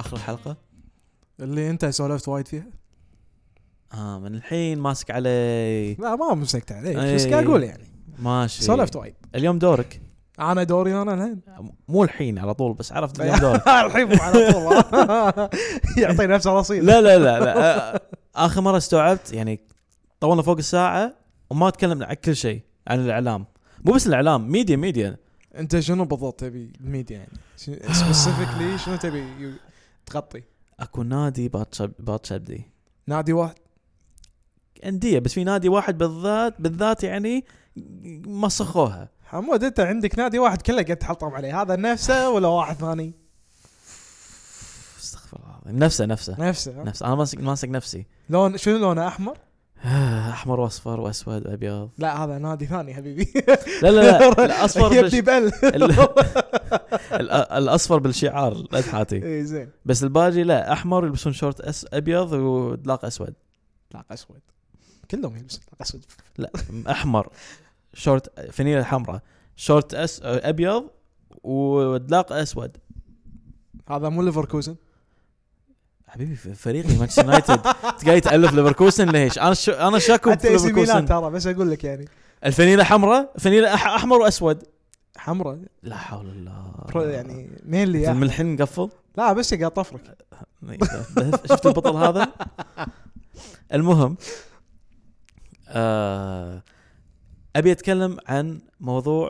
اخر الحلقه اللي انت سولفت وايد فيها. من الحين ماسك علي. لا ما مسكت عليك أي. بس قاعد اقول يعني ماشي سولفت وايد. اليوم دورك. انا دوري انا الحين مو الحين على طول بس عرفت اليوم دورك. الحين على طول يعطي نفسه رصيد. لا اخر مره استوعبت يعني طولنا فوق الساعه وما تكلمنا عن كل شيء عن الاعلام. مو بس الاعلام ميديا. انت شنو بالضبط تبي الميديا يعني سبيسيفيكلي شنو تبي تغطي؟ اكو نادي باتشبدي نادي واحد انديه بس في نادي واحد بالذات يعني مسخوها. حمود انت عندك نادي واحد كله قاعد تحطم عليه هذا نفسه ولا واحد ثاني؟ استغفر الله. نفسه انا ماسك نفسي. لون شنو لونه احمر؟ احمر واصفر واسود وابيض. لا هذا نادي ثاني حبيبي. لا الاصفر يبدي بل الاصفر بالشعار الاضحاتي. اي زين. بس الباقي لا احمر يلبسون شورت ابيض ودلاق اسود. لا اسود كلهم يلبسون اسود. لا احمر شورت فانيله حمراء شورت ابيض ودلاق اسود. هذا مو ليفركوزن حبيبي فريقي مانشستر يونايتد. تقاعد تالف ليفركوزن ليش؟ انا شاكو في ليفركوزن ترى بس اقول لك يعني الفانيله حمراء فانيله احمر واسود حمراء. لا حول الله يعني مين اللي من الحين نقفل. لا بس قاعد طفرك. شفت البطل هذا. المهم ابي اتكلم عن موضوع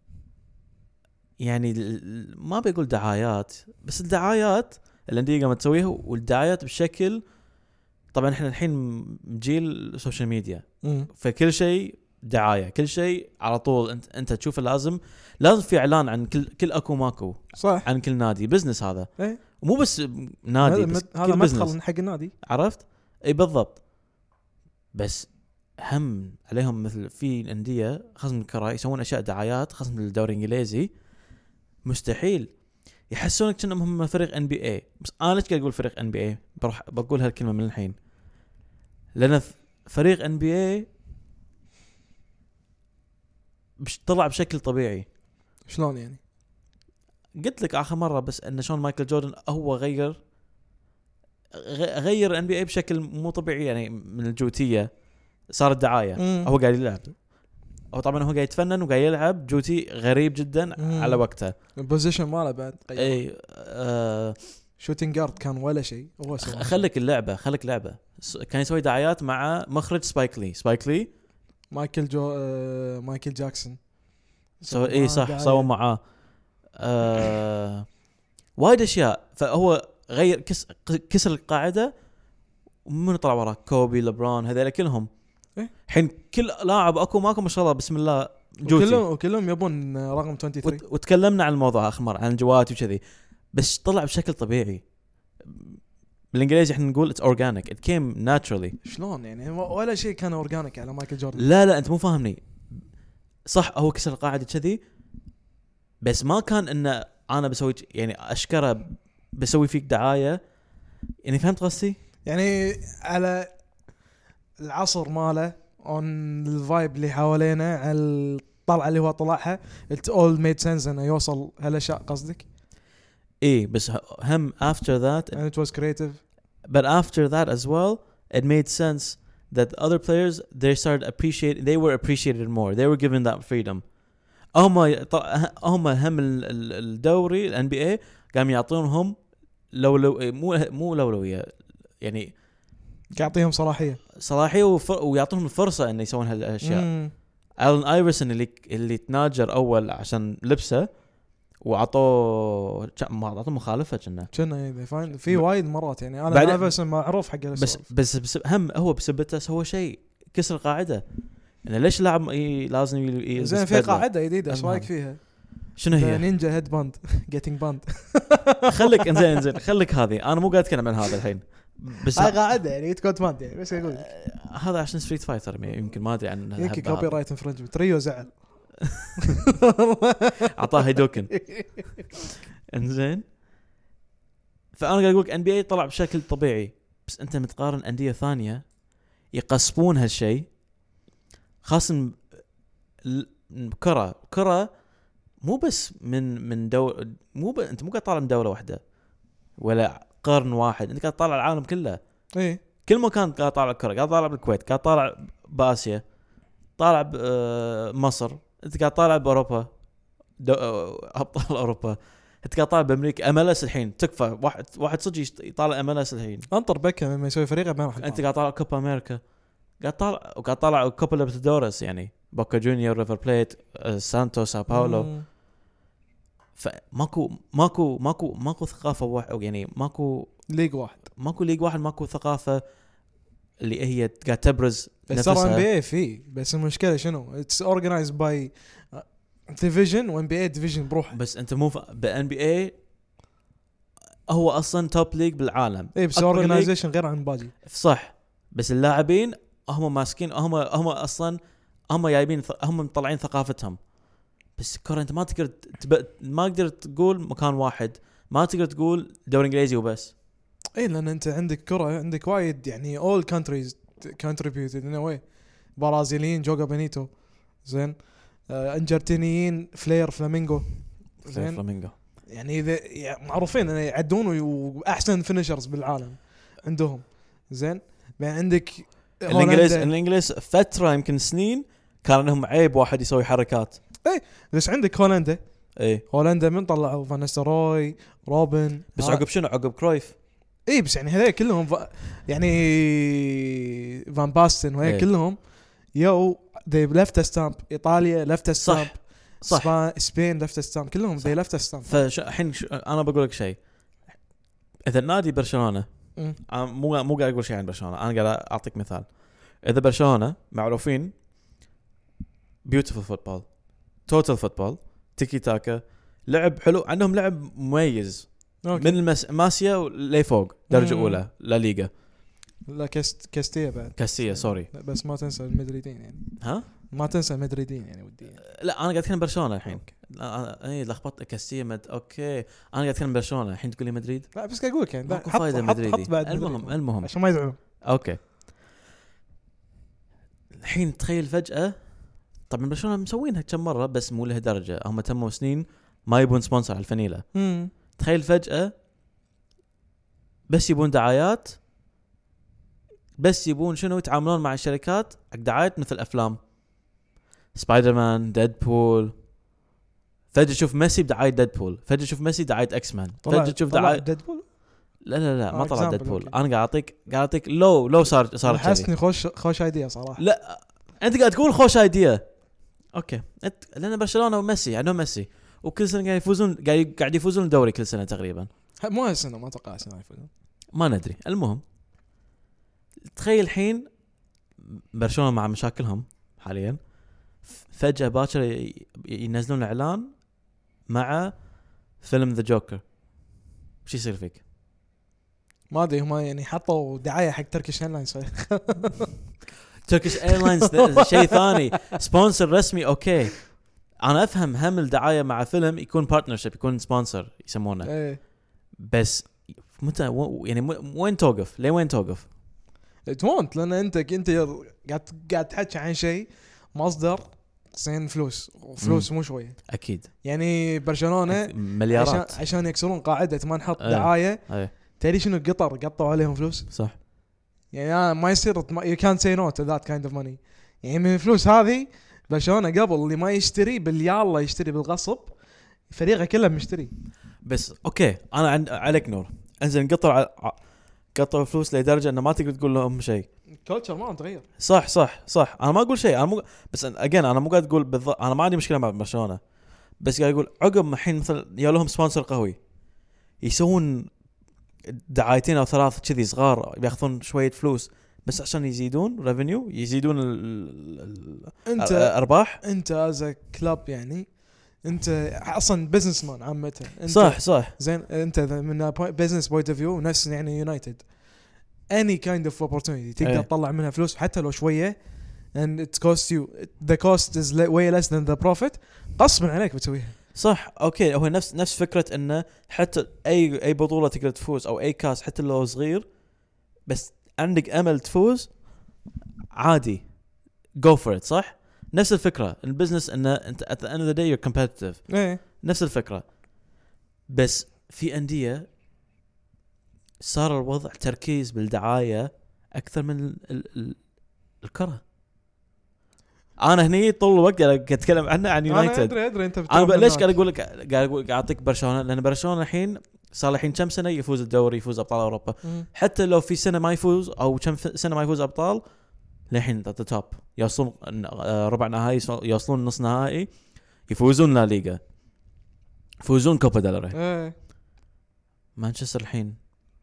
يعني ما بيقول دعايات بس الدعايات الانديه قامت تسويها والدعايات بشكل. طبعا احنا الحين جيل السوشيال ميديا فكل شيء دعايه كل شيء على طول. انت تشوف لازم في اعلان عن كل اكو ماكو صح عن كل نادي بزنس هذا. ايه؟ ومو بس نادي بس هذا مدخل حق النادي عرفت. اي بالضبط. بس هم عليهم مثل في انديه خاصه من الكره يسوون اشياء دعايات خاصه من الدوري الانجليزي مستحيل يحسونك كأنهم هم فريق ان بي اي. بس انا ليش قاعد اقول فريق ان بي اي؟ بروح بقول هالكلمه من الحين لان فريق ان بي اي طلع بشكل طبيعي. شلون يعني؟ قلت لك اخر مره بس ان شلون مايكل جوردن هو غير ان بي اي بشكل مو طبيعي يعني من الجوتيه صارت دعايه. هو قاعد يلعب هو طبعا هو قاعد يتفنن وقاعد يلعب جوتي غريب جدا على وقته. البوزيشن ماله بعد اي شوتينج جارد كان ولا شيء. هو خليك لعبه كان يسوي دعايات مع مخرج سبايك لي مايكل جاكسون اي صح سوى معاه وايد اشياء. فهو غير كسر القاعده ومن طلع وراه كوبي لبران هذول كلهم الحين كل لاعب اكو ماكو ما شاء الله بسم الله جوتي وكلهم يبون رقم 23. وتكلمنا عن الموضوع اخر مره عن جواتي وكذي بس طلع بشكل طبيعي. بالانجليزي احنا نقول it's organic it came naturally. شلون يعني ولا شيء كان اورجانيك على مايكل جوردن؟ لا انت مو فاهمني صح. هو كسر القاعده كذي بس ما كان انه انا بسوي يعني اشكره بسوي فيك دعايه يعني. فهمت قصدي؟ يعني على العصر ماله اون الفايب اللي حوالينا على الطلعه اللي هو طلعها it all made sense انه يوصل هالاشياء. قصدك ايه بس هم after that and it was creative but after that as well it made sense that other players they were appreciated more. They were given that freedom. هم هم الدوري الان بي اي قام يعطونهم مو لولويه يعني يعطيهم صلاحيه ويعطونهم الفرصه ان يسوون هالاشياء. ألان ايفرسون اللي تناجر اول عشان لبسه وعطوه مخالفه كنا في وايد مرات يعني. ألان ايفرسون معروف حق بس هم هو بسبته سوى شيء كسر القاعده. يعني ليش لاعب لازم زين في قاعده جديده ايش رايك فيها؟ شنو هي؟ نينجا هيد باند جيتنج باند. خليك انزين خليك هذه انا مو قاعد اتكلم عن هذا الحين بس هاي قاعده يعني تكوت باند يعني بس اقول هذا عشان ستريت فايتر يمكن ما ادري عن يمكن كوبي رايت انفرنجمنت. ريو زعل اعطاه هيدوكن. انزين فانا قاعد اقول لك ان بي اي طلع بشكل طبيعي بس انت متقارن انديه ثانيه يقصبون هالشيء خاصة كرة مو بس من انت مو قاعد طالع من دولة واحدة ولا قرن واحد، انت قاعد تطالع العالم كله، ايه كل مكان قاعد طالع الكره، قاعد طالع بالكويت، قاعد طالع باسيا، طالع بمصر، انت قاعد طالع باوروبا، ابطال اوروبا، انت قاعد طالع بامريكا. MLS الحين تكفى، واحد صدق يطالع MLS الحين. انطر بكه لما يسوي فريقه ما راح انت قاعد طالع كوبا امريكا، قاعد طالع كوبا ليبرتادورس، يعني بوكا جونيور، ريفر بليت، سانتوس، ساو باولو. فماكو ثقافه واحد، يعني ماكو ليج واحد، ماكو ثقافه اللي هي قاعد تبرز بس ترى نفسها. NBA فيه، بس المشكله شنو؟ اتس اورجنايزد باي ديفيجن، وان بي اي ديفيجن بروحه. بس انت مو بان بي اي هو اصلا توب ليج بالعالم، اي بس أكبر اورجنايزيشن غير عن باقي. صح، بس اللاعبين هم ماسكين، هم اصلا هم جايبين، هم مطلعين ثقافتهم. بس الكرة انت ما تقدر ما تقدر تقول مكان واحد، ما تقدر تقول دوري انجليزي وبس. اي لان انت عندك كرة، عندك وايد يعني all countries contributed in a way. برازيليين جوجا بنيتو، زين، انجرتينيين فلير فلامينغو، زين، فلامينغو يعني اذا يعني معروفين ان يعدون واحسن فينيشرز بالعالم عندهم، زين. بعدين عندك الانجليز فترة يمكن سنين كان لهم عيب واحد يسوي حركات. بس عندك هولندا، ايه هولندا من طلعوا فانستروي، روبن، بس عقب شنو؟ عقب كرويف. اي بس يعني هذول كلهم يعني فان باستن وهي كلهم يو they left a stamp. ايطاليا left a stamp. صح سبين left a stamp. كلهم they left a stamp. فالحين انا بقول لك شيء، اذا النادي برشلونة، انا مو قاعد اقول شيء عن برشلونة، انا قاعد اعطيك مثال. اذا برشلونة معروفين بيوتيفول فوتبول، توتال فوتبول، تيكي تاكا، لعب حلو، عندهم لعب مميز أوكي. من ماسيا لفوق درجة أولى لا ليغا. لا كاستيا بعد، كاستيا سوري، بس ما تنسى المدريدين يعني. ها ما تنسى المدريدين يعني ودي يعني. لا انا قاعد اتكلم برشلونة الحين. اي لخبطت كاستيا اوكي، انا قاعد اتكلم برشلونة الحين تقول لي مدريد. لا بس قاعد اقول لك يعني حط بعد المهم عشان ما يزعلون. اوكي الحين تخيل فجأة، طبعا برشلونة مسوينها كم مرة بس مو له درجة، هم تموا سنين ما يبون سبونسر على الفانيلة. تخيل فجأة بس يبون دعايات، بس يبون شنو يتعاملون مع الشركات حق دعايات مثل أفلام سبايدر مان، ديدبول. فجأة تشوف ميسي بدعاية ديدبول، فجأة تشوف ميسي دعاية اكس مان، فجأة تشوف دعاية ديدبول. لا ما طلع ديدبول. انا قاعد اعطيك لو صار حسني خوش ايديا صراحة. لا انت قاعد تقول خوش ايديا. اوكي لان برشلونة وميسي عندهم ميسي، وكل سنة قاعد يفوزون، قاعد يفوزون الدوري كل سنة تقريبا. مو هالسنة، ما اتوقع السنة يفوزون، ما ندري. المهم تخيل الحين برشلونة مع مشاكلهم حاليا، فجأة باكر ينزلون اعلان مع فيلم ذا جوكر، وش يصير فيك؟ ما ادري هم يعني حطوا دعاية حق تركيش ايرلاينز. تركيش ايرلاينز شيء ثاني، سبونسر رسمي. اوكي انا افهم هم الدعاية مع فيلم يكون بارتنرشيب، يكون سبونسر يسمونه. ايه بس متى يعني وين توقف؟ ليه وين توقف؟ تونت لان انت قاعد تحكي عن شيء مصدر زين فلوس مو شويه اكيد. يعني برشلونه مليارات عشان يكسرون قاعده ما نحط دعايه. تدري شنو قطر قطوا عليهم فلوس؟ صح. يعني ما يصير you can't say no to that kind of money. يعني من الفلوس هذه برشلونه قبل اللي ما يشتري باليالله يشتري بالغصب، فريقه كله مشتري. بس اوكي انا عليك نور، انزين قطعوا فلوس لدرجه انه ما تقدر تقول لهم شيء. الكولتشر ما تغير. صح انا ما اقول شيء، انا بس انا مو قاعد اقول بالضبط، انا ما عندي مشكله مع برشلونه، بس قاعد اقول عقب الحين مثلا يا لهم سبونسر قوي يسوون دعايتين او ثلاث كذي صغار بياخذون شويه فلوس بس عشان يزيدون ريفينيو، يزيدون انت ارباح. انت از كلاب يعني انت اصلا بزنس مان عامه. صح زين انت من بزنس بوينت اوف فيو نفس يعني يونايتد any kind of opportunity تقدر تطلع منها فلوس حتى لو شويه and it costs you the cost is way less than the profit، غصبا عليك بتسويها. صح اوكي هو نفس فكره انه حتى اي بطوله تقدر تفوز او اي كاس حتى لو صغير بس عندك امل تفوز عادي go for it. صح نفس الفكره البزنس انه انت at the end of the day you're competitive. ايه نفس الفكره بس في انديه صار الوضع تركيز بالدعايه اكثر من الكره. انا هني طول الوقت قاعد اتكلم عنه عن يونايتد. انا ادري انت انا ليش قاعد اقول لك، قاعد اعطيك برشلونه، لان برشلونه الحين صار الحين كم سنه يفوز الدوري، يفوز ابطال اوروبا. حتى لو في سنه ما يفوز او كم سنه ما يفوز ابطال، للحين توب يوصلون ربع نهائي، يوصلون نص نهائي، يفوزون لا ليغا، يفوزون كوبا دلري. مانشستر الحين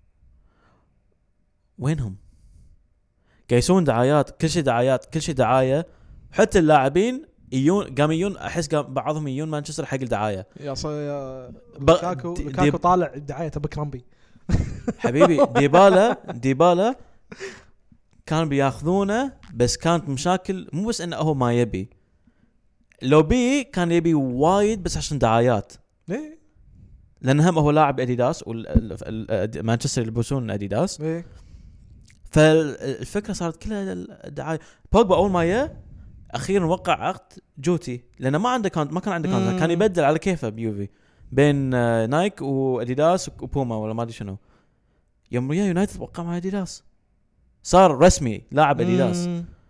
وينهم؟ قايسون دعايات، كل شيء دعايات، كل شيء دعايه. حتى اللاعبين يجون احس بعضهم يجون مانشستر حق الدعايه. يا لوكاكو طالع دعايته بكرامبي. حبيبي ديبالا كان بياخذونه، بس كانت مشاكل، مو بس انه هو ما يبي، لو بي كان يبي وايد بس عشان دعايات. ليه؟ لان هم هو لاعب اديداس ومانشستر يلبسون اديداس. فالفكره صارت كلها الدعايه. بوجبا اول ما اخيرا وقع عقد جوتي، لانه ما كان عنده كان يبدل على كيفه بيوفي بين نايك واديداس وبوما ولا ما ادري شنو. يوم يا يونايتد وقع مع اديداس صار رسمي لاعب اديداس.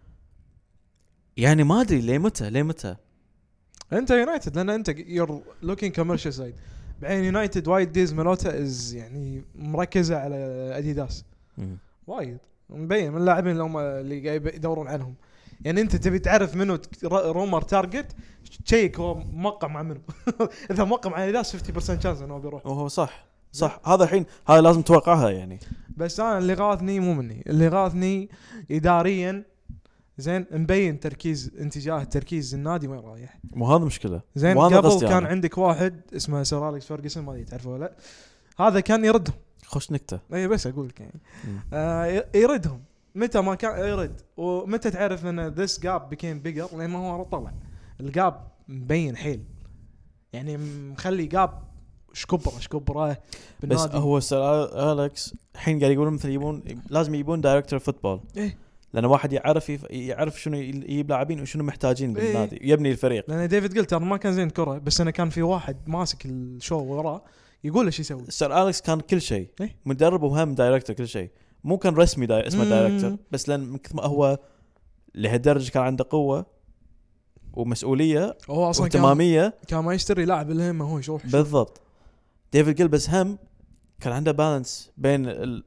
يعني ما ادري ليه متى انت يونايتد، لان انت يور لوكينج كوميرشال سايد. بعدين يونايتد وايد ديز ملوتا از يعني مركزه على اديداس وايد، مبين من اللاعبين اللي قاعد يدورون عنهم. يعني انت تبي تعرف منو رومر تارجت، تشيك هو موقع مع منو. اذا موقع مع اديداس 50% شانس انه بيروح. وهو صح هذا الحين هذا لازم توقعها يعني. بس انا اللي غاثني مو مني، اللي غاثني اداريا زين مبين تركيز النادي وين رايح. مو هذا مشكله زين. قبل كان عندك واحد اسمه سير أليكس فيرغسون، ما تعرفه ولا؟ هذا كان يردهم. خوش نكته. اي بس اقول لك يعني يردهم متى ما كان يرد. ومتى تعرف ان this gap became bigger؟ لما هو طلع الجاب مبين حيل، يعني مخلي جاب شكبره بس هو سير أليكس الحين قاعد يقولون مثل لازم يجيبون دايركتور فوتبول. لأن واحد يعرف شنو يجيب لاعبين وشنو محتاجين بالنادي يبني الفريق. لأن ديفيد قلت أنا ما كان زين كرة، بس أنا كان في واحد ماسك الشو وراه يقول له شو يسوي. سير أليكس كان كل شيء، مدرب وهم دايركتور كل شيء. مو كان رسمي اسمه دايركتور، بس لأن مثل ما هو لهالدرجة كان عنده قوة ومسؤولية واهتمامية. كان ما يشتري لاعب اللي هم هو يشوف بالضبط. ديفيد جيل بس هم كان عنده بالانس بين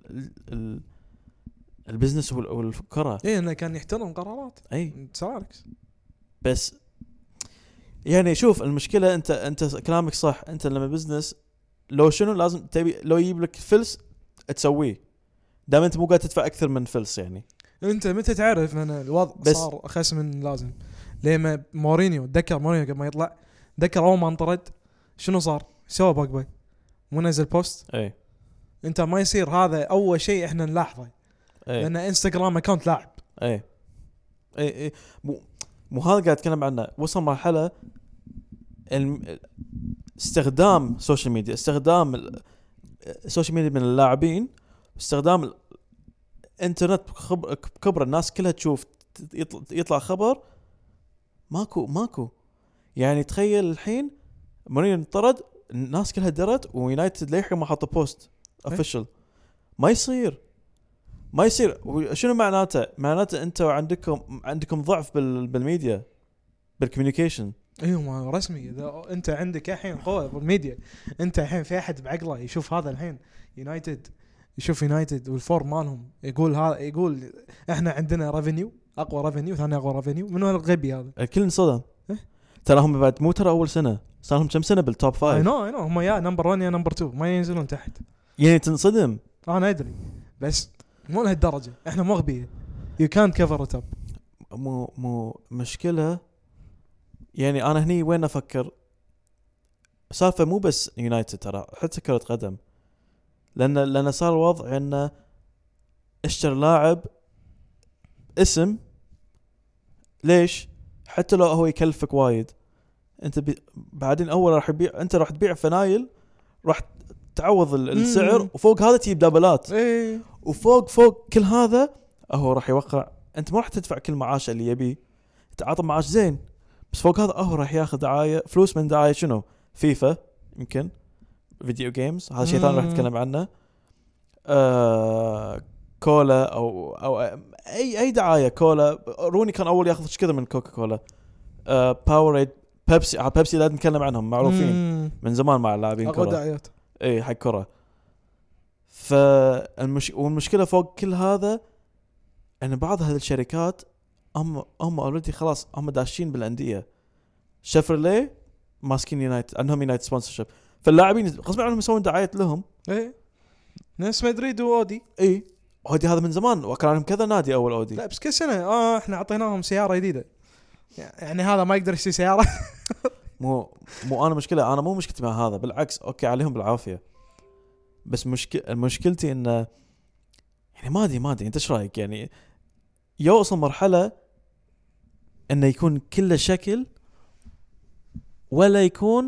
البزنس والكرة. انه كان يحترم قرارات ساركس. بس يعني شوف المشكلة، انت كلامك صح. انت لما بزنس لو شنو لازم تبي، لو يجيب لك فلس تسويه، دام انت مو قاعد تدفع اكثر من فلس. يعني انت متى تعرف ان الوضع صار اخس من لازم؟ لما مورينيو قبل ما يطلع، اول ما انطرد شنو صار؟ سوى بوجبا مو نزل بوست. انت ما يصير هذا اول شيء احنا نلاحظه. لأن انستغرام اكونت لاعب. اي مو هذا قاعد اتكلم عنه. وصل مرحله استخدام السوشيال ميديا من اللاعبين، استخدام الانترنت بكبر الناس كلها تشوف، يطلع خبر ماكو. يعني تخيل الحين مورينيو انطرد، الناس كلها درت، ويونايتد ليحكم ما حط بوست اوفيشال. ما يصير. شنو معناته انتوا عندكم ضعف بالميديا، بالكوميونيكيشن. ايوه ما رسمي. اذا انت عندك الحين قوه بالميديا، انت الحين في احد بعقله يشوف هذا الحين يونايتد والفورم مالهم يقول احنا عندنا ريفينيو اقوى ريفينيو، ثاني اقوى ريفينيو. من وين الغبي هذا؟ الكل انصدم. ترى هم بعد مو ترى اول سنه صار لهم كم سنه بالتوب 5. اي نو هم يا نمبر 1 يا نمبر 2، ما ينزلون تحت. يعني تنصدم. انا ادري بس مو لهالدرجه. احنا مو غبيه. you can't cover it up. مو مشكله. يعني انا هني وين افكر سالفه مو بس يونايتد، ترى حتى كرة قدم. لان صار الوضع انه اشتري لاعب اسم ليش، حتى لو هو يكلفك وايد. انت بعدين اول راح تبيع فنايل، راح تعوض السعر، وفوق هذا تجيب دبلات. وفوق كل هذا هو راح يوقع. انت ما راح تدفع كل معاش اللي يبي، تعطي معاش زين، بس فوق هذا هو راح ياخذ دعايه، فلوس من دعايه شنو؟ فيفا، يمكن فيديو جيمز، هذا شيء ثاني راح نتكلم عنه. كولا او اي دعايه كولا. روني كان اول ياخذ كذا من كوكا كولا. باوريد، بيبسي لا نتكلم عنهم، معروفين من زمان مع لاعبين كره. دعايات اي حق كره. والمشكله فوق كل هذا ان بعض هذه الشركات هم اوريدي خلاص هم داشين بالانديه. شيفرلي ماسكين يونايتد، عندهم يونايتد سبونسرشيب، فاللاعبين غصب عنهم يسوون دعايات لهم. ايه ناس مدريد واودي. اي اودي هذا من زمان، وكان عندهم كذا نادي اول اودي. لا بس كل سنه احنا اعطيناهم سياره جديده، يعني هذا ما يقدر يشتري سياره. مو انا مشكله، انا مو مشكلتي مع هذا، بالعكس اوكي عليهم بالعافيه. بس مشكلتي انه يعني ما ادري انت ايش رايك؟ يعني يوصل مرحله انه يكون كله شكل ولا يكون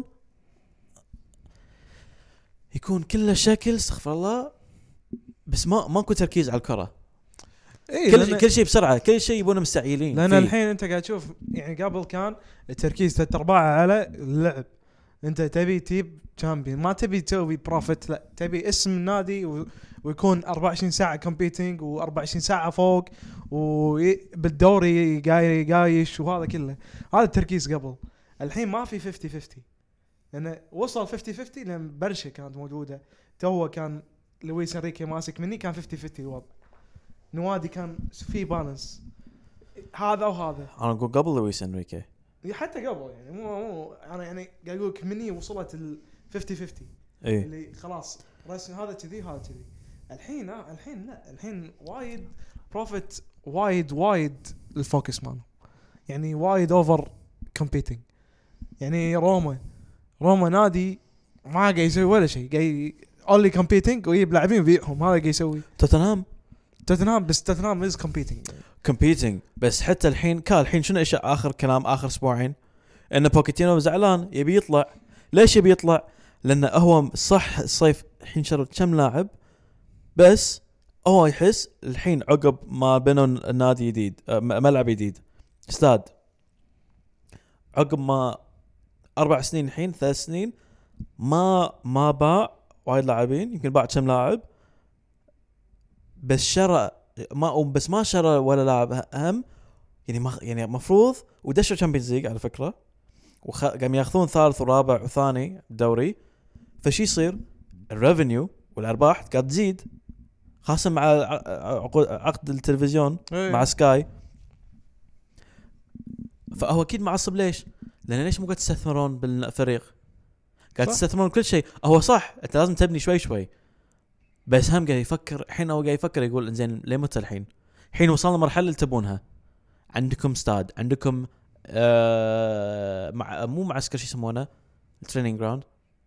كله شكل، استغفر الله، بس ماكو تركيز على الكره. إيه كل شيء بسرعه، كل شيء يبونه مستعجلين. لان الحين انت قاعد تشوف يعني قبل كان التركيز 3/4 على اللعب. انت تبي تجيب تشامبيون، ما تبي تسوي بروفيت، لا تبي اسم النادي ويكون 24 ساعه كومبيتينج و24 ساعه فوق وبالدوري قايش وهذا كله. هذا التركيز قبل. الحين ما في 50-50، لأنه وصل 50-50 لأن برشا كانت موجودة. تو كان لويس انريكي ماسك مني، كان 50-50 الوضع. نوادي كان في بالانس هذا وهذا. انا اقول قبل لويس انريكي، حتى قبل يعني مو انا يعني قاعد اقول لك مني وصلت ال 50-50 إيه؟ اللي خلاص رسم هذا كذي هذا كذي. الحين لا، الحين وايد بروفيت، وايد الفوكس ماله، يعني وايد اوفر كومبيتينج. يعني روما نادي ما قاعد يسوي ولا شيء، قاعد اونلي كومبيتينج ويجيب لاعبين ويبيعهم، هذا قاعد يسوي. توتنهام بس توتنهام از كومبيتينج بس حتى الحين شنو ايش اخر كلام اخر اسبوعين ان بوكيتينو زعلان يبي يطلع. ليش يبي يطلع؟ لانه هو صح الصيف الحين شرط كم لاعب، بس هو يحس الحين عقب ما بنوا النادي جديد، ملعب جديد، استاد، عقب ما 4 سنين الحين 3 سنين ما باع وايد لاعبين، يمكن باع كم لاعب بس شرى ما شرى ولا لاعب اهم. يعني مفروض ودشوا تشامبيونز ليج على فكره، وقام ياخذون ثالث ورابع وثاني الدوري. فشي يصير الريفينيو والارباح قاعد تزيد، خاصه مع عقد التلفزيون مع سكاي. فهو اكيد معصب. ليش مو قاعد تستثمرون بالفريق؟ قاعد تستثمرون كل شيء. هو صح انت لازم تبني شوي بس هم قاعد يفكر الحين، او قاعد يفكر يقول انزين ليه متى الحين وصلنا مرحله اللي تبونها. عندكم استاد، عندكم مو معسكر، شو يسمونه، التريننج جراوند،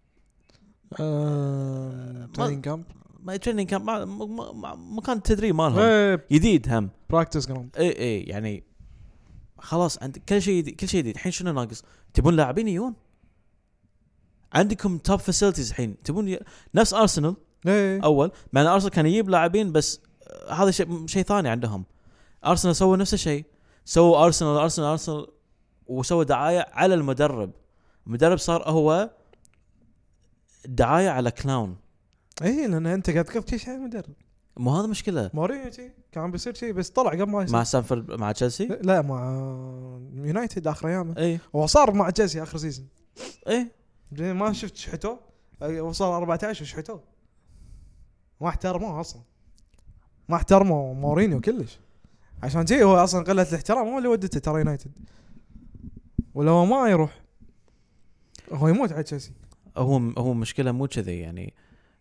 تريننج كامب، ما تريننج كامب، مكان تدريب مالهم جديد، هم براكتس جراوند. اي يعني خلاص عند كل شيء جديد. الحين شنو ناقص؟ تبون لاعبين يجون، عندكم توب فاسيلتيز. الحين تبون نفس ارسنال اول، مع ان ارسنال كان يجيب لاعبين بس هذا شيء ثاني عندهم. ارسنال سووا نفس الشيء، سووا ارسنال وسووا دعايه على المدرب صار هو دعايه على كلاون. اي لان انت قاعد تقول شيء المدرب، مو هذا مشكله. مورينيو كان بيصير شيء بس طلع قبل ما يصير مع سانفورد مع تشيلسي، لا مع يونايتد اخر ايامه. اي هو صار مع تشيلسي اخر سيزون. اي ما شفت شحتو وصل 14 وشحتو ما احترموه اصلا، ما احترموا مورينيو كلش. عشان جي هو اصلا قله الاحترام هو اللي ودته ترى يونايتد، ولا هو ما يروح هو يموت على تشيلسي. هو مشكله مو كذي يعني.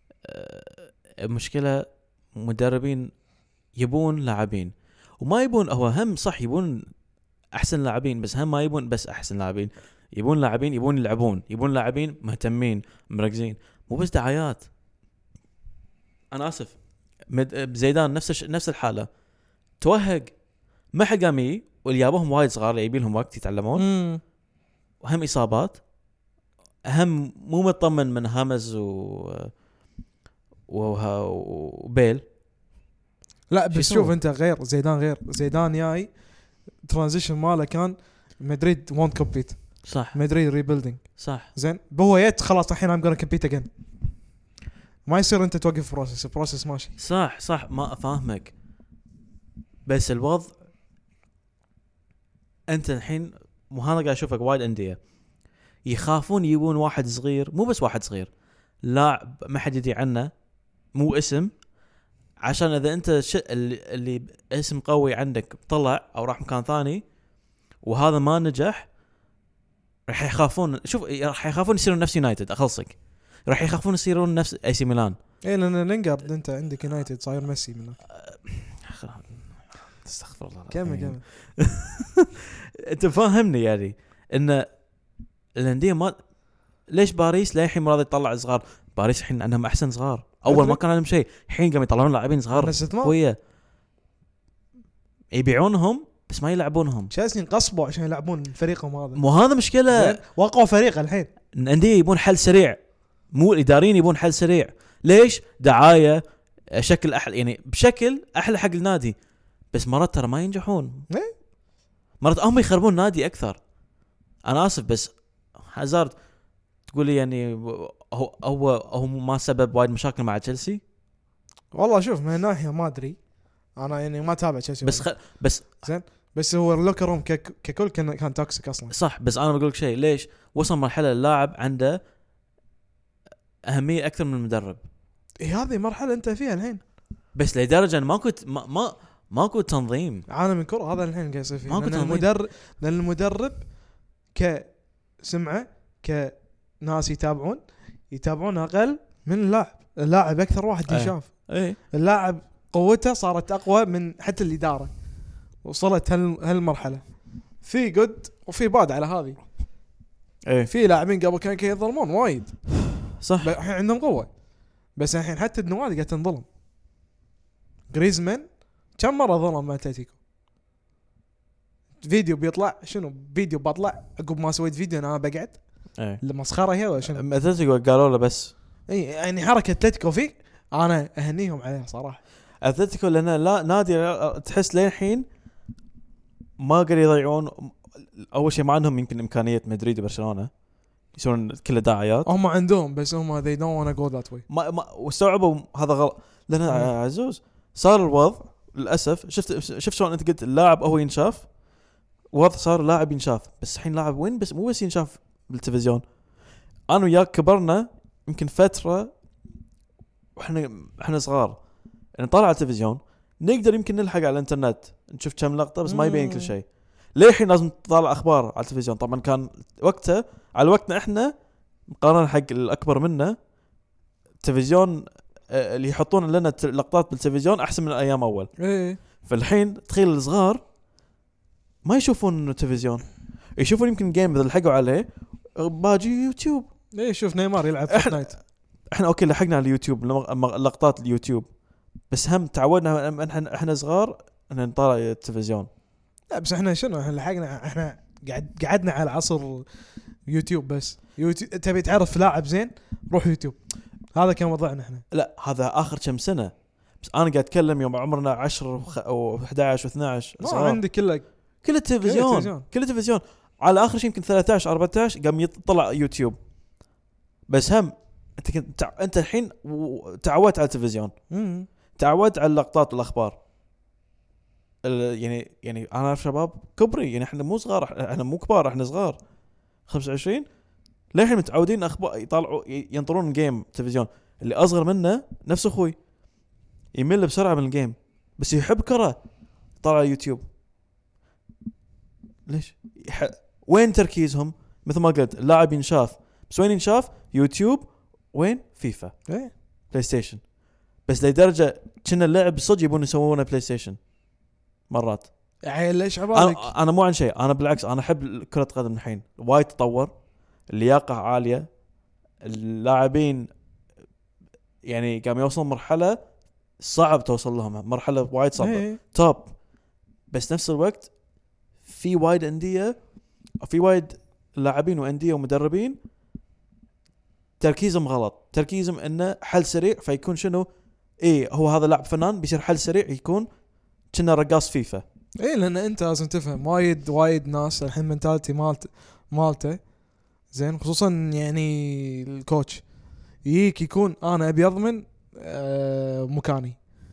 مشكله مدربين يبون لاعبين وما يبون، هو هم صح يبون احسن لاعبين بس هم ما يبون بس احسن لاعبين، يبون لاعبين يبون لاعبين مهتمين مركزين، مو بس دعايات. انا اسف زيدان نفس الحاله، توهق ما حقامي واليابهم وايد صغار يبي لهم وقت يتعلمون، وهم اصابات، هم مو مطمن من هامز وبيل. لا بس شوف انت غير زيدان جاي ترانزيشن ماله كان مدريد وونت كومبيت، صح، مدريد ريبيلدينج، صح، زين هو خلاص الحين I'm gonna compete again. ما يصير انت توقف بروسس ماشي. صح ما افهمك، بس الوضع انت الحين مو هذا قاعد اشوفك وايد انديه يخافون يبون واحد صغير، مو بس واحد صغير، لاعب ما حد يدري عنه، مو اسم، عشان اذا انت اللي اسم قوي عندك طلع او راح مكان ثاني وهذا ما نجح، راح يخافون. شوف راح يخافون يصيرون نفس يونايتد، اخلصك راح يخافون يصيرون نفس اي سي ميلان. ايه لان لينجارد انت عندك يونايتد صاير ميسي منه. استغفر الله. كمل انت فاهمني يعني ان الانديه ما ليش باريس للحين ما راضي يطلع صغار؟ باريس الحين عندهم احسن صغار، اول ما كان عندهم شيء، الحين قاموا يطلعون لاعبين صغار قويه يبيعونهم بس ما يلعبونهم. شاسين قصبوا عشان يلعبون فريقهم هذا، مو هذا مشكله، واقوى فريق الحين. الانديه يبون حل سريع، مو الاداريين يبون حل سريع. ليش؟ دعايه شكل احلى، يعني بشكل احلى حق النادي، بس مرات ترى ما ينجحون، مرات هم يخربون نادي اكثر. انا اسف بس هازارد تقول لي يعني هو ما سبب وايد مشاكل مع تشيلسي؟ والله شوف من ناحيه ما ادري انا، يعني ما تابع تشيلسي بس زين، بس هو اللوكر روم ككل كان توكسيك اصلا. صح، بس انا بقول لك شيء، ليش وصل مرحله اللاعب عنده اهميه اكثر من المدرب؟ هذه مرحله انت فيها الحين، بس لدرجه ان ماكو تنظيم عالم الكره هذا الحين قاعد يصير فيه. لأن المدرب كسمعه كناس يتابعون اقل من اللاعب اكثر واحد يشاف. اللاعب قوته صارت اقوى من حتى الاداره، وصلت هالمرحله. في جود وفي باد على هذه. في لاعبين قبل كانوا يظلمون وايد، صح، الحين عندهم قوه، بس الحين حتى النوادي قاعده تنظلم. غريزمان كم مره ظلم مع اتلتيكو؟ فيديو بيطلع شنو؟ فيديو بطلع عقب ما سويت فيديو انا بقعد المسخره هي ولا شنو؟ اتلتيكو قالوا له بس يعني حركه اتلتيكو فيك انا اهنيهم عليها صراحه. اتلتيكو لأنه لا نادي تحس للحين ما قدروا يضيعون. اول شيء ما عندهم يمكن امكانيه مدريد وبرشلونه يسوون كل دعايات، هم عندهم بس هم they don't wanna go that way. ما واستوعبوا هذا غلط. لأن عزوز صار الوضع للاسف، شفت شلون انت قلت اللاعب هو ينشاف، وضع صار لاعب ينشاف، بس الحين لاعب وين؟ بس مو بس ينشاف بالتلفزيون. انا وياك كبرنا يمكن فتره واحنا صغار نطلع على التلفزيون، نقدر يمكن نلحق على الانترنت نشوف كم لقطه بس ما يبين كل شيء. ليه الحين لازم تطلع اخبار على التلفزيون؟ طبعا كان وقته على وقتنا احنا مقارنه حق الاكبر منا، التلفزيون اللي يحطون لنا لقطات بالتلفزيون احسن من الايام اول. فالحين تخيل الصغار ما يشوفون التلفزيون، يشوفون يمكن جيم اذا لحقوا عليه باجي يوتيوب. شوف نيمار يلعب فورتنايت. احنا اوكي لحقنا على اليوتيوب لقطات اليوتيوب، بس هم تعودنا احنا صغار ان نطالع التلفزيون. لا بس احنا شنو احنا لحقنا، احنا قعدنا على عصر يوتيوب. بس يوتيوب تبي تعرف لاعب زين روح يوتيوب، هذا كان وضعنا احنا. لا هذا اخر كم سنه، بس انا قاعد اتكلم يوم عمرنا 10 و11 و12 ما عندي كل التلفزيون على اخر شيء يمكن 13 14 قام يطلع يوتيوب. بس هم انت الحين تعودت على التلفزيون، تعودت على اللقطات والاخبار. يعني انا اعرف شباب كبري، يعني احنا مو صغار، احنا مو كبار، احنا صغار 25 للحين متعودين اخبار يطلعوا ينطرون جيم تلفزيون. اللي اصغر منه نفس اخوي يمل بسرعه من الجيم بس يحب كره طلع يوتيوب. ليش؟ وين تركيزهم؟ مثل ما قلت اللاعب ينشاف، بس وين ينشاف؟ يوتيوب. وين؟ فيفا بلاي ستيشن. بس لدرجه كنا اللعب صدق يبون يسوونه بلاي ستيشن مرات. يعني ليش عبالك؟ انا مو عن شيء، انا بالعكس انا احب كرة قدم الحين وايد تطور، اللياقة عالية، اللاعبين يعني قام يوصلون مرحلة صعب توصل لهم، مرحلة وايد صعبة توب. بس نفس الوقت في وايد أندية، في وايد لاعبين وأندية ومدربين تركيزهم غلط، تركيزهم انه حل سريع فيكون شنو هو هذا لاعب فنان بيصير حل سريع يكون كنا رقاص فيفا. لان انت لازم تفهم وايد ناس الحين منتاليتي مالته زين، خصوصا يعني الكوتش يجيك يكون انا ابي اضمن مكاني،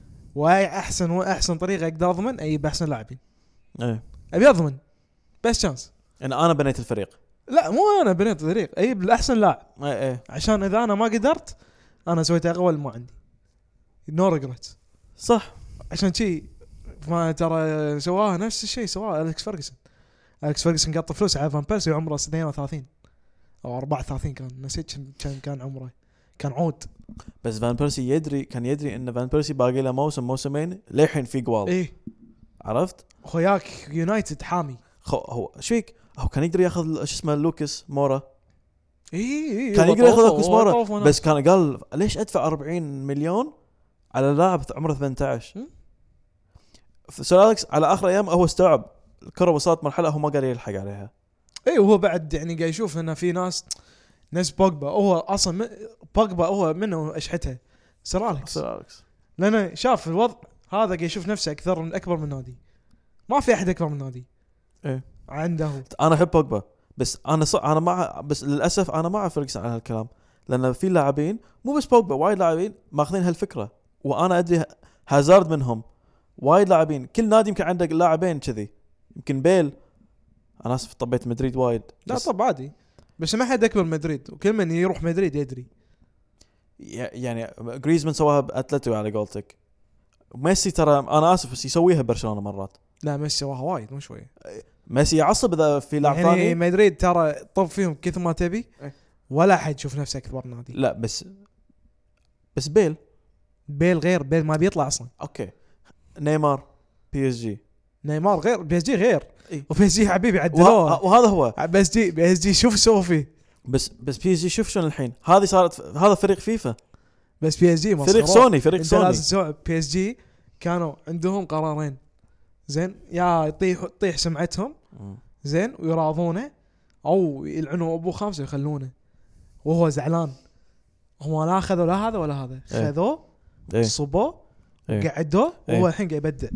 واحسن طريقه اقدر اضمن اجيب احسن لاعبين. ايه ابي اضمن بس شانس. انا بنيت الفريق. لا مو انا بنيت الفريق، اجيب الاحسن لاعب، ايه عشان اذا انا ما قدرت انا سويت اقوى ما عندي، نو ريجريت. صح. عشان شي ما ترى سواها نفس الشيء سواها أليكس فيرغسون قط فلوس على فان بيرسي وعمره 32 او 34 كان، نسيت كان عمره، كان عود. بس فان بيرسي كان يدري ان فان بيرسي باقي له موسمين للحين في قوال. ايه عرفت خوياك يونايتد حامي. هو شويك هو كان يقدر ياخذ شو اسمه لوكاس مورا. ايه كان يقدر ياخذ لوكاس مورا، بس كان قال ليش ادفع 40 مليون على لاعب عمره 18. سير أليكس على اخر ايام هو استوعب الكره وصلت مرحله هو ما قادر يلحق عليها. ايه وهو بعد يعني قاعد يشوف انه في ناس بوجبا، هو اصلا بوجبا هو منه اشحتها سير أليكس، لانه شاف الوضع هذا قاعد يشوف نفسه اكبر من نادي، ما في احد اكبر من نادي. ايه عنده. انا احب بوجبا، بس انا مع، بس للاسف انا مع فريكسون على هالكلام، لان في لاعبين مو بس بوجبا، وايد لاعبين ماخذين هالفكره، وانا ادري هازارد منهم. وايد لاعبين كل نادي يمكن عنده لاعبين كذي، يمكن بيل، انا اسف طبيت مدريد وايد. لا طب عادي، بس ما حد اكبر مدريد، وكل من يروح مدريد يدري. يعني جريزمان سواها باتلتيكو على قولتك. ميسي ترى انا اسف بس يسويها برشلونه مرات. لا ميسي سواها وايد مو شويه. ميسي يعصب اذا في لاعب يعني ثاني. مدريد ترى طب فيهم كثر ما تبي، ولا حد يشوف نفسه اكبر نادي. لا بس بيل غير، بيل ما بيطلع اصلا. اوكي نيمار بي اس جي، نيمار غير، بي اس جي غير. إيه؟ وبي اس جي حبيبي عدلوه، وهذا هو بي اس جي شوف سووا فيه. بس بي اس جي شوف شلون الحين هذه صارت، هذا فريق فيفا، بس بي اس جي فريق سوني لازم تسوي. بي اس جي كانوا عندهم قرارين، زين يا يطيح سمعتهم زين ويراضونه، او يلعنوا ابو خمسه ويخلونه وهو زعلان. هم لا اخذوا لا هذا ولا هذا، خذوه صبوه قعدوه وهو الحين قاعد يبدع.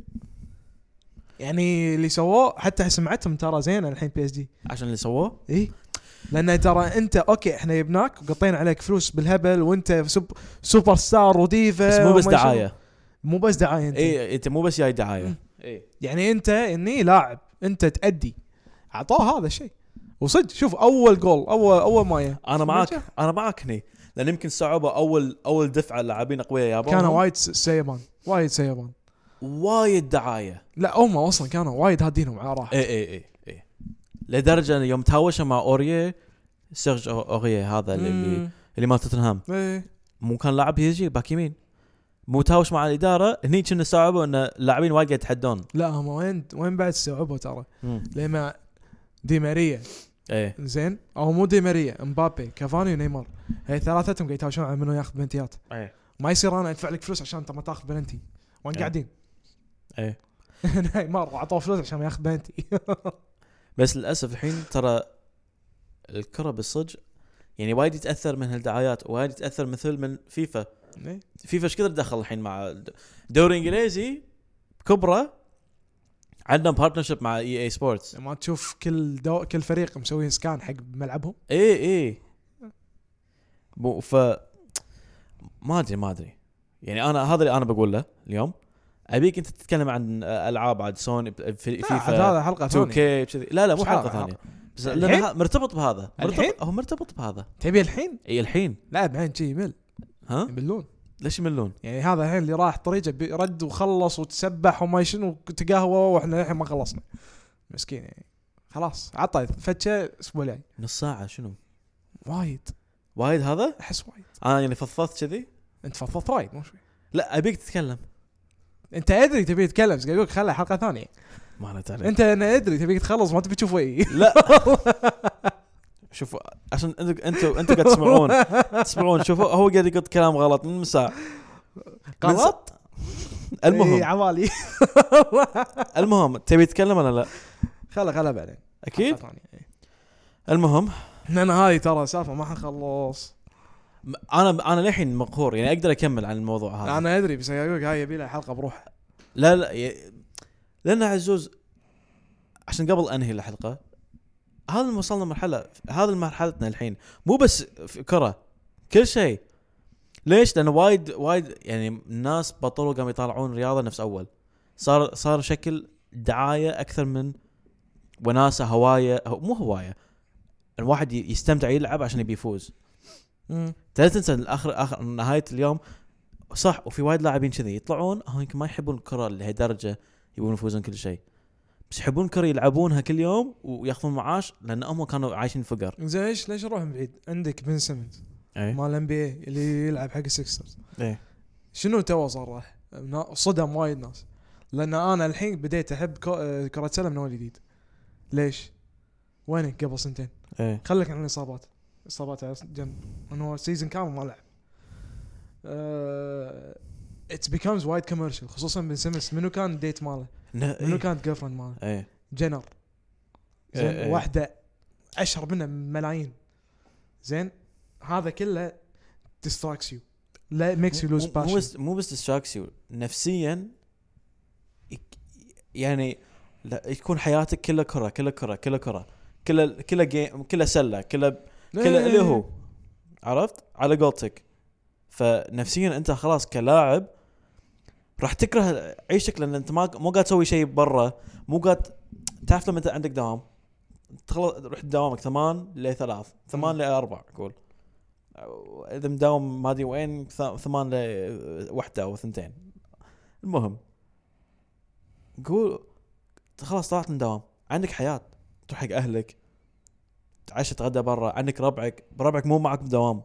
يعني اللي سووه حتى سمعتهم ترى زينه الحين بي اس جي عشان اللي سووه. ايه لان ترى انت اوكي احنا جبناك وقطينا عليك فلوس بالهبل، وانت سوبر ستار وديفا، بس مو بس دعايه، مو بس دعايه انت. ايه انت مو بس جاي دعايه. ايه يعني انت اني لاعب انت تأدي، اعطوه هذا الشيء وصدق. شوف اول جول اول مايه انا معك هني، لان يمكن صعوبه اول دفعه لاعبين اقوياء يابا كانوا وايد سيبان وايد دعايه. لا هم اصلا كانوا وايد هادينهم على راحه. ايه لدرجه يوم تهاوشوا مع اوريه، سيرج اوريه هذا اللي مال توتنهام، مو كان لاعب يجي باك يمين، مو تهاوش مع الاداره هني، كنا استوعبوا ان اللاعبين وايد يتحدون. لا هم وين بعد استوعبوا ترى لما دي ماريا ايه زين، او مو دي ماريا، امبابي كافاني ونيمار، هي ثلاثتهم قاعد يتهاوشون على منو ياخذ بنتيات. ايه ما يصير انا ادفع لك فلوس عشان انت ما تاخذ بنتي وين قاعدين. ايه نيمار اعطوه فلوس عشان ياخذ بنتي. بس للاسف الحين ترى الكره بالصج يعني وايد يتاثر من هالدعايات، وايد يتاثر مثل من فيفا. فيفا ايش كثر دخل الحين مع دوري انجليزي كبرى، عندنا بارتنرشيب مع اي اي سبورتس. ما تشوف كل فريق مسوي سكان حق ملعبهم. ايه ما ادري يعني انا هذا اللي انا بقول له اليوم. ابيك انت تتكلم عن العاب عاد سوني فيفا، هذا حلقه ثانيه كذي. لا مو حلقه ثانيه، بس لانه مرتبط بهذا، مرتبط بهذا. تبي الحين؟ اي الحين. لا بعدين شيء يمل. ها يملون. ليش يملون؟ يعني هذا الحين اللي راح طريقه رد وخلص وتسبح وما شنو وتقهوى، واحنا الحين ما خلصنا مسكين يعني. خلاص عطى فتشه اسبوع جاي نص ساعه. شنو وايد هذا؟ احس وايد. يعني فضفضت كذي. انت فضفضت وايد مو شوي. لا ابيك تتكلم. انت ادري تبي تتكلم، بس قايل لك خلي حلقه ثانيه. ما انا تعرف انا ادري تبي تخلص ما تبي تشوف وجهي. لا شوفوا عشان انتوا قاعد تسمعون شوفوا هو قاعد يقول كلام غلط من مساء غلط. المهم عوالي. المهم تبي تتكلم ولا لا؟ خلا بعدين اكيد. المهم انا هاي ترى سالفه ما حنخلص. انا للحين مقهور يعني اقدر اكمل عن الموضوع هذا. انا ادري بس اقول لك هاي يبي لها حلقه بروح. لا لان عزوز عشان قبل انهي الحلقه، هذا وصلنا مرحله، هذا مرحلتنا الحين مو بس في كره، كل شيء ليش؟ لانه وايد يعني الناس بطلوا قاموا يطالعون رياضه نفس اول. صار شكل دعايه اكثر من وناسه، هوايه مو هوايه. الواحد يستمتع يلعب عشان يبي يفوز. لا تنسى اخر نهايه اليوم صح. وفي وايد لاعبين كذي يطلعون هم يمكن ما يحبون الكره لهالدرجه يبون يفوزون كل شيء، بس يحبون الكره يلعبون كل يوم وياخذون معاش لان هم كانوا عايشين فقر. زين ليش نروح من بعيد؟ عندك بن سيمنز أي. مال ام بي اي اللي يلعب حق السكسرز. ايه شنو تو صار راح صدم وايد ناس، لان انا الحين بديت احب كرة سلة من اول جديد. ليش؟ وينك قبل سنتين؟ ايه خليك عن الاصابات على جنب، انه سيزن كامل ما لعب. it becomes wide commercial، خصوصا بن سيمنز. منو كان ديت ماله؟ منو كانت جيرفرند ماله؟ ايه جينر. زين إيه. واحدة أشهر منها ملايين. زين هذا كله distracts you، لا makes you lose passion. مو بس distracts you نفسيا، يعني لا يكون حياتك كلها كرة كلها جيم، كلها سلة، كلها اللي هو عرفت على قولتك. فنفسيا انت خلاص كلاعب راح تكره عيشك، لان انت مو قاعد تسوي شيء برا، مو قاعد تعرف. لما انت عندك دوام تخلص رحت دوامك 8 ل 3 8 ل 4 قول، اذا مداوم ما ادري وين 8 ل 1 او 2. المهم قول خلاص طلعت من دوام، عندك حياة، تروح حق اهلك، تعيش تغدى برا، عندك ربعك مو معك بدوام.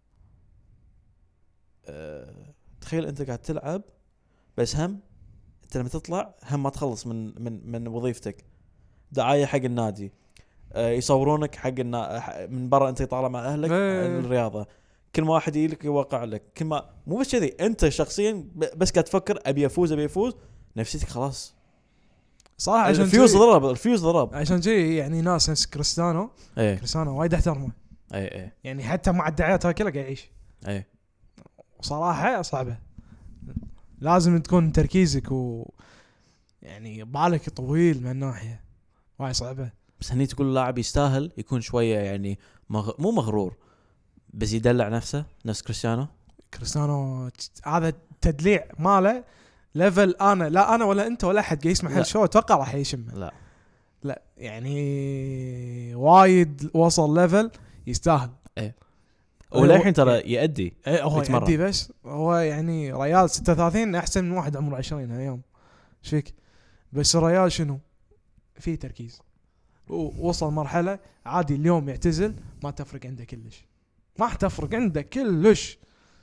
تخيل انت قاعد تلعب بس هم انت لما تطلع هم ما تخلص من وظيفتك، دعاية حق النادي، يصورونك حق من برا انت طالع مع اهلك الرياضة، كل ما واحد يجيلك يوقع لك، كل ما مو بس كذي انت شخصيا بس قاعد تفكر ابي افوز نفسيتك خلاص صراحة. عشان الفيوز ضرب عشان جي يعني ناس نفس كريستيانو. ايه. كريستيانو وايد احترمه. ايه يعني حتى مع الدعايات كلها قاعد يعيش. ايه. صراحة صعبة، لازم تكون تركيزك يعني بالك طويل من الناحية، وايد صعبة. بس هني تقول لاعب يستاهل يكون شوية يعني مو مغرور، بس يدلع نفسه نفس كريستيانو هذا التدليع ماله ليفل. انا ولا انت ولا احد قاعد يسمع هالشو اتوقع راح يشمه. لا يعني وايد وصل ليفل يستاهل. ايه. ولا الحين ترى يأدي. هو يأدي، بس هو يعني ريال 36 احسن من واحد عمره 20 اليوم. شيك بس الريال شنو في تركيز، ووصل مرحلة عادي اليوم يعتزل ما تفرق عنده كلش، ما تفرق عنده كلش.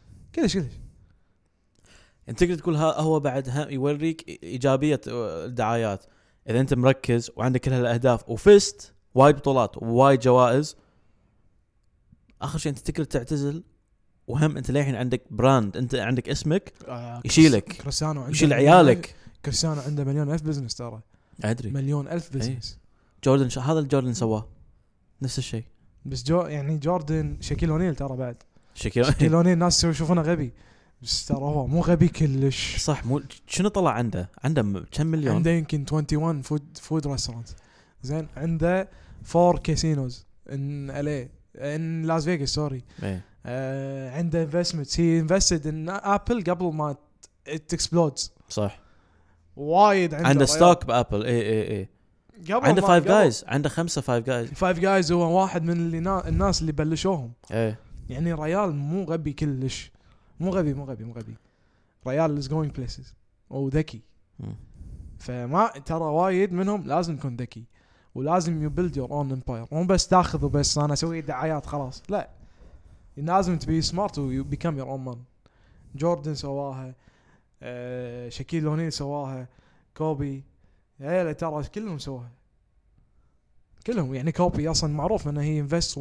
انت تقدر تقول هو بعد يوريك إيجابية الدعايات. إذا أنت مركز وعندك كل هالأهداف وفزت وايد بطولات ووايد جوائز، آخر شيء أنت تقدر تعتزل وهم أنت للحين عندك براند، أنت عندك اسمك يشيلك، كريستيانو يشيل عيالك. كريستيانو عنده 1,000,000 بزنس ترى. أدري 1,000,000 بزنس. جوردن هذا الجوردن سواه نفس الشيء. بس يعني جوردن شاكيل أونيل ترى بعد شاكيل أونيل الناس يشوفونه غبي، بس ترى هو مو غبي كلش. صح. مو شنو طلع عنده كم مليون؟ عنده يمكن 21 فود ريستورانت. زين عنده 4 كاسينوز ان لاس فيغاس سوري. عنده انفستمنت، هي انفستد ان ابل قبل ما تكسبلودز. صح. وايد عنده ستوك بابل. اي عنده 5 جايز، عنده 5 جايز. 5 جايز هو واحد من اللي الناس اللي بلشوهم. يعني ريال مو غبي كلش، مو غبي. ريال is going places وذكي. فما ترى وايد منهم لازم تكون ذكي، ولازم you build your own empire، مو بس تاخذ وبس انا اسوي دعايات خلاص. لا، لازم تبي smart و you become your own man. جوردن سواها، شاكيل أونيل سواها، كوبي، هلا ترى كلهم سواها كلهم. يعني كوبي اصلا معروف انه هي invest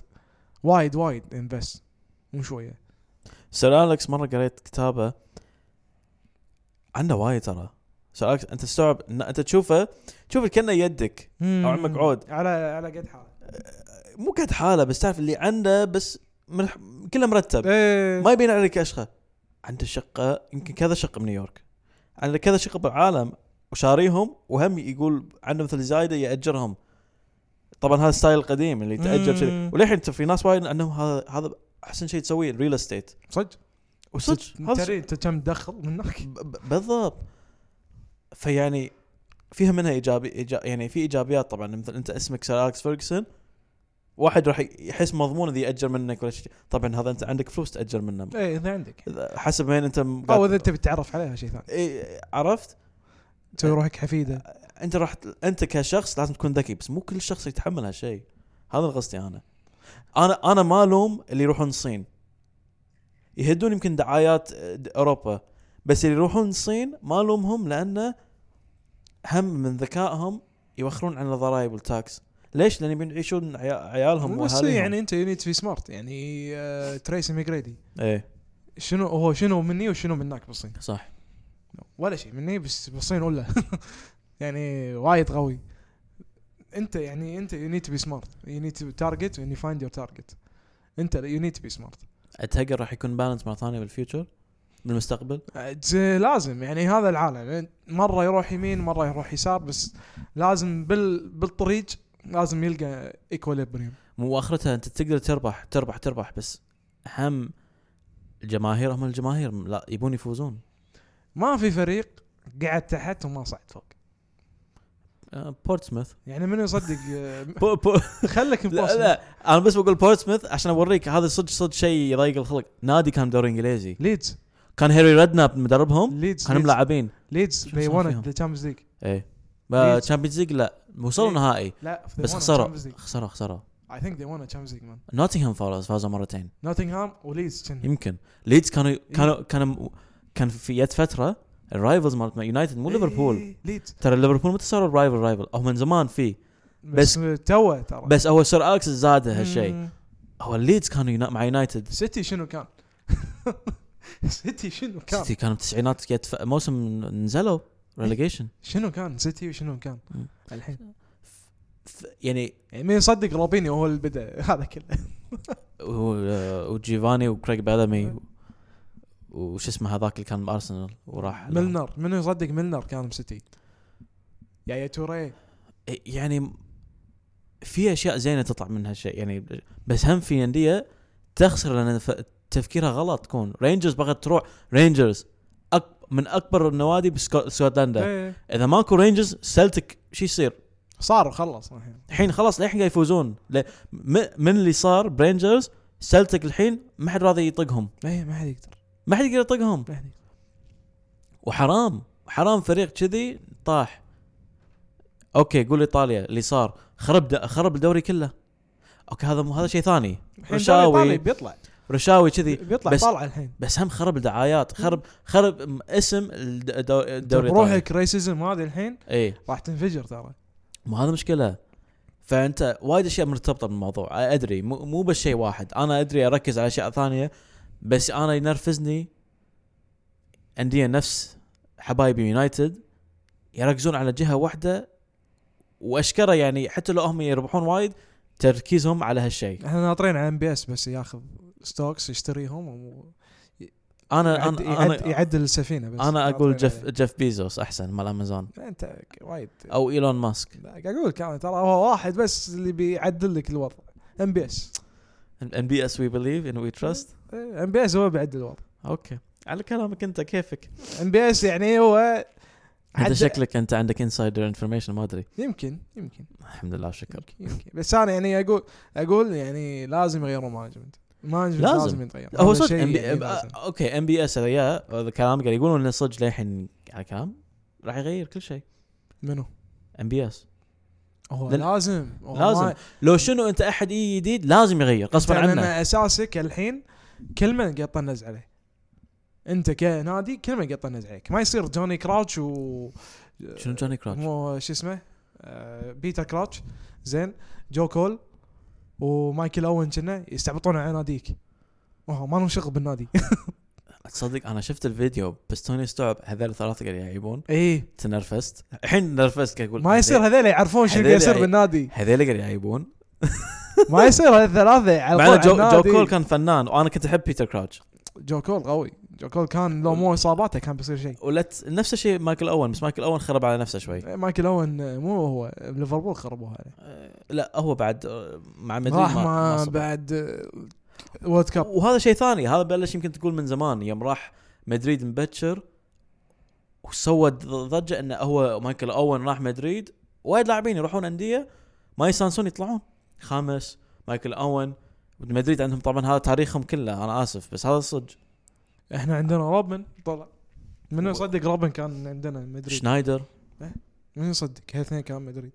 وايد invest مو شويه. سير أليكس مرة قريت كتابه عنده وايد ترى. سير أليكس أنت تستوعب أنت تشوفه كأنه يدك أو عمك عود على قد حاله، مو قد حاله، بس تعرف اللي عنده بس كله مرتب. ما يبين عليك أشخة. عنده شقة يمكن كذا شقة بنيويورك، عنده كذا شقة بالعالم وشاريهم، وهم يقول عنده مثل زايدة يأجرهم. طبعا هذا ستايل القديم اللي تأجر شيء، ولحين في ناس وايد أنه هذا أحسن شيء تسويه الريل استيت. صدق وصدق ترى انت كم تدخل منك. بالضبط. فيعني فيها منها يعني في ايجابيات طبعا، مثل انت اسمك سير أليكس فيرغسون، واحد راح يحس مضمون اذا ياجر منك ولا شيء. طبعا هذا انت عندك فلوس تاجر منه، ايه اذا عندك حسب وين انت او اذا انت بتتعرف عليها شيء ثاني. إيه عرفت، تسوي روحك حفيده. انت كشخص لازم تكون ذكي، بس مو كل شخص يتحمل هالشيء. هذا قصدي. انا ما لوم اللي يروحون الصين يهدون يمكن دعايات اوروبا، بس اللي يروحون الصين ما لومهم، لانه هم من ذكائهم يوخرون عن الضرائب والتاكس. ليش؟ لان بيعيشون عيالهم بس واهاليهم. يعني انت يو نيد تو بي سمارت. يعني تريسي ميغريدي ايه شنو مني وشنو منك بالصين. صح. ولا شيء مني بس بالصين ولا يعني وايد قوي. انت يعني انت يو نيد تو بي سمارت، يو نيد تو تارجت وين يو فايند يور تارجت. انت يو نيد تو بي سمارت. اتهقر راح يكون بالانس مره ثانيه بالفيوتشر بالمستقبل. لازم يعني هذا العالم مره يروح يمين مره يروح يسار، بس لازم بالطريق لازم يلقى ايكوليبريم. مو اخرتها انت تقدر تربح بس اهم الجماهير. هم الجماهير لا يبون يفوزون. ما في فريق قاعد تحت وما صعد فوق. بورتسموث يعني من يصدق خلك لا انا بس بقول بورتسموث عشان اوريك هذا صدق شيء يضايق الخلق. نادي كان دوري انجليزي. ليدز كان هيري ريدناب مدربهم. ليدز كانوا ملاعبين ليدز they won the Champions League. ايه تشامبيونز ليج لا وصلوا نهائي لا بس خسروا I think they won a Champions League man. نوتنغهام فازوا مرتين. نوتنغهام وليدز يمكن ليدز كان في يد فتره الرايفلز مالت يونايتد مو ليفربول. ترى ليفربول متى صاروا رايفل او من زمان فيه بس توه ترى. بس هو سير أليكس زاد هالشيء. هو الليدز كانوا مع يونايتد. سيتي شنو كان سيتي كانوا بالتسعينات موسم نزلوا ريليجيشن. شنو كان سيتي وشنو كان الحين يعني مين يصدق روبينيو هو اللي بدا هذا كله وجيفاني وكريغ بيلامي وش اسمه هذاك اللي كان بارسنال وراح ميلنر. منو يصدق ميلنر كان بسيتي يا توري. يعني في اشياء زينه تطلع من هالشيء يعني. بس هم في انديه تخسر لان تفكيرها غلط. تكون رينجرز بغت تروح رينجرز من اكبر النوادي بسكوتلندا. اذا ماكو رينجرز سلتك شو يصير؟ صار خلص الحين خلاص الحين قاعد يفوزون. من اللي صار برينجرز سلتك الحين ما حد راضي يطقهم. ما حد يقدر يطقهم. وحرام فريق كذي طاح. اوكي قول ايطاليا اللي صار خرب الدوري كله. اوكي هذا شيء ثاني. رشاوي بيطلع رشاوي كذي بيطلع طالع الحين. بس هم خرب الدعايات. خرب اسم الدوري. روحك ريسيزم هذه الحين ايه راح تنفجر ترى. مو هذا مشكله. فانت وايد اشياء مرتبطه بالموضوع. ادري مو بس شيء واحد. انا ادري اركز على اشياء ثانيه بس انا ينرفزني انديه نفس حبايبي يونايتد يركزون على جهه واحده واشكره. يعني حتى لو هم يربحون وايد تركيزهم على هالشيء. احنا ناطرين على MBS بس ياخذ ستوكس يشتريهم انا يعدل السفينه. بس انا اقول جيف بيزوس احسن مال امازون. انت وايد او ايلون ماسك. اقول كان ترى هو واحد بس اللي بيعدل لك الوضع. MBS we believe and we trust. MBS هو بيعدل الوضع. اوكي على كلامك انت كيفك. MBS يعني هو انت شكلك انت عندك انسايدر انفورميشن ما ادري. يمكن الحمد لله شكر. يمكن. بس انا يعني اقول يعني لازم يغيروا مانجمنت لازم يتغير. هو صدق اوكي MBS هذا كلام قاعد يقولون انه صدق للحين على كلام راح يغير كل شيء. منو MBS هو لازم لو شنو انت احد جديد لازم يغير غصبا عنه. انا اساسك الحين كلمه قاعد طنز عليه. انت كنادي كلمه قاعد طنز عليك. ما يصير جوني كراوتش شنو جوني كراوتش مو شو اسمه بيتر كراوتش زين جو كول ومايكل اوين كنا يستعبطون على ناديك. ما لهم شغل بالنادي. تصدق انا شفت الفيديو بس توني استوعب هذول الثلاثه قاعد يعيبون. ايه تنرفزت الحين نرفزت اقول ما يصير هذول يعرفون شو قاعد يصير بالنادي. هذول قاعد يعيبون. ما يصير هذول الثلاثه يعرفون. جو كول كان فنان وانا كنت احب بيتر كراوتش. جو كول قوي. جو كول كان لو مو اصاباته كان بيصير شيء. ولت نفس الشيء مايكل اوين بس مايكل اوين خرب على نفسه شوي. مايكل اوين مو هو ليفربول خربوها عليه. لا هو بعد مع مدريد ما بعد وورد كاب. وهذا شيء ثاني، هذا بلش يمكن تقول من زمان يوم راح مدريد مبكر وسوى ضجه انه هو مايكل اوين راح مدريد. وايد لاعبين يروحون انديه ما يستانسون يطلعون خامس. مايكل اوين مدريد عندهم طبعا هذا تاريخهم كله، انا اسف بس هذا صدق. احنا عندنا روبن طلع من يصدق روبن كان عندنا مدريد. شنايدر من يصدق هالاثنين كان مدريد.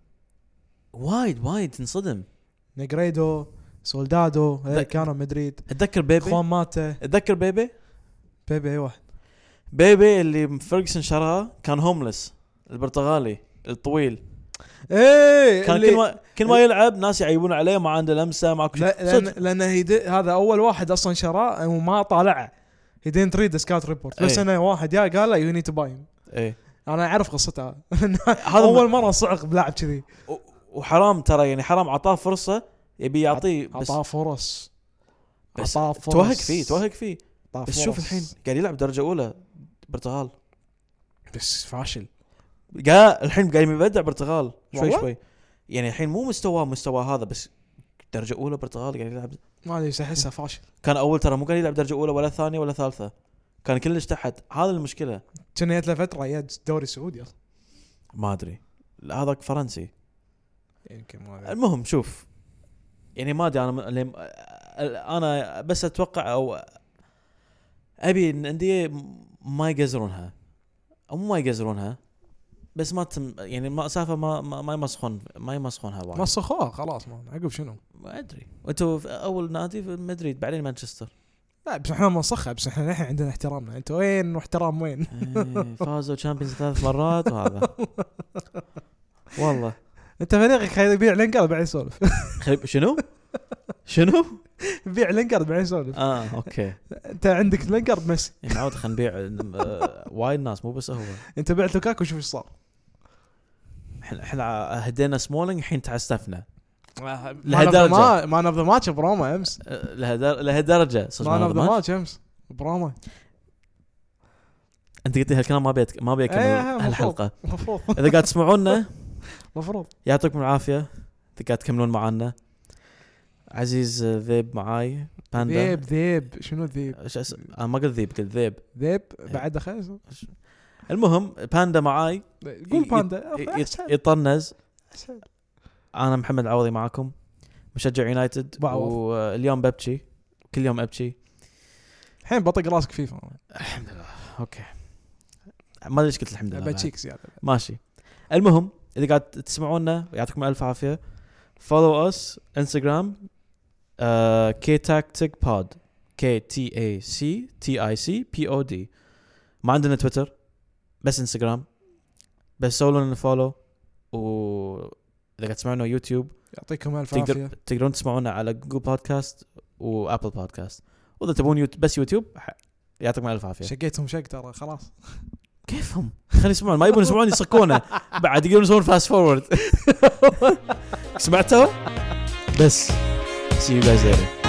وايد تنصدم. نيغريدو سولدادو كانوا مدريد. اتذكر بيبي، خوان ماتا. اتذكر بيبي اي واحد بيبي اللي فرغسون شراه كان هوملس، البرتغالي الطويل. ايه كان كل ما يلعب ناس يعيبون عليه ما عنده لمسه ما لان هذا اول واحد اصلا شراه وما طالعه. he didn't read the scout report. بس انا واحد يا قال له you need to buy him. ايه انا اعرف قصتها. اول مره صعق بلاعب كذي. وحرام ترى يعني حرام عطاه فرصه يبي يعطيه بس عطاه فرص بس توهق فيه بس شوف الحين قاعد يلعب درجه اولى برتغال بس فاشل. قال الحين قاعد يبدع برتغال شوي يعني الحين مو مستوى هذا بس درجه اولى برتغال قاعد يلعب. ما ادري احسه فاشل. كان اول ترى مو قاعد يلعب درجه اولى ولا ثانيه ولا ثالثه، كان كلش تحت. هذا المشكله. كان جت له فتره يا الدوري السعودي اصلا ما ادري هذاك فرنسي يمكن ما. المهم شوف يعني ما ادري انا بس اتوقع او ابي الانديه ما يقزرونها او ما يقزرونها بس ما يعني مسافه ما يمسخونها وايد. مسخوها خلاص ما عقب شنو ما ادري. وانتوا اول نادي في مدريد بعدين مانشستر. لا بس احنا ما نسخها بس احنا الحين عندنا احترامنا. انتوا وين واحترام وين؟ فازوا تشامبيونز 3 مرات وهذا والله. انت فريقك يبيع لينكارد بعدين يسولف. شنو بيع لينكارد بعدين يسولف. اوكي. انت عندك لينكارد ميسي معود خلينا نبيع وايد ناس مو بس هو. انت بعت لوكاكو شوف ايش صار. احنا هدينا سمولينج الحين تعستفنا لهالدرجه. ما نبذ ماتش بروما امس لهالدرجه ما نبذ ماتش امس بروما. انت قلت هالكلام ما بيكمل هالحلقه. مفروض اذا قاعد تسمعونا مفروض يعطيكم العافيه. اذا قاعد تكملون معنا. عزيز ذيب معاي. باندا ذيب شنو ذيب؟ ما قلت ذيب قلت ذيب بعد خلاص. المهم باندا معاي. قول باندا يطنز. انا محمد عوضي معكم مشجع يونايتد واليوم ببكي كل يوم ابكي. الحين بطق راسك فيفا. الحمد لله اوكي ما ادري ايش قلت الحمد لله بتشيك زياده ماشي. المهم اذا قاعد تسمعونا يعطيكم الف عافيه. follow us Instagram KTacticPod KTACTICPOD. ما عندنا تويتر بس انستغرام بس سووا لنا فولو. واذا قاعد تسمعونا يوتيوب يعطيكم الف عافيه. تقدرون تسمعونا على جوجل بودكاست وابل بودكاست. واذا تبون بس يوتيوب يعطيكم الف عافيه. شقيتهم شق ترى خلاص. كيفهم خلي يسمعون ما يبون يسمعون يصكونه بعد يقدرون يسوون فاست فورورد. سمعتوا بس see you guys later.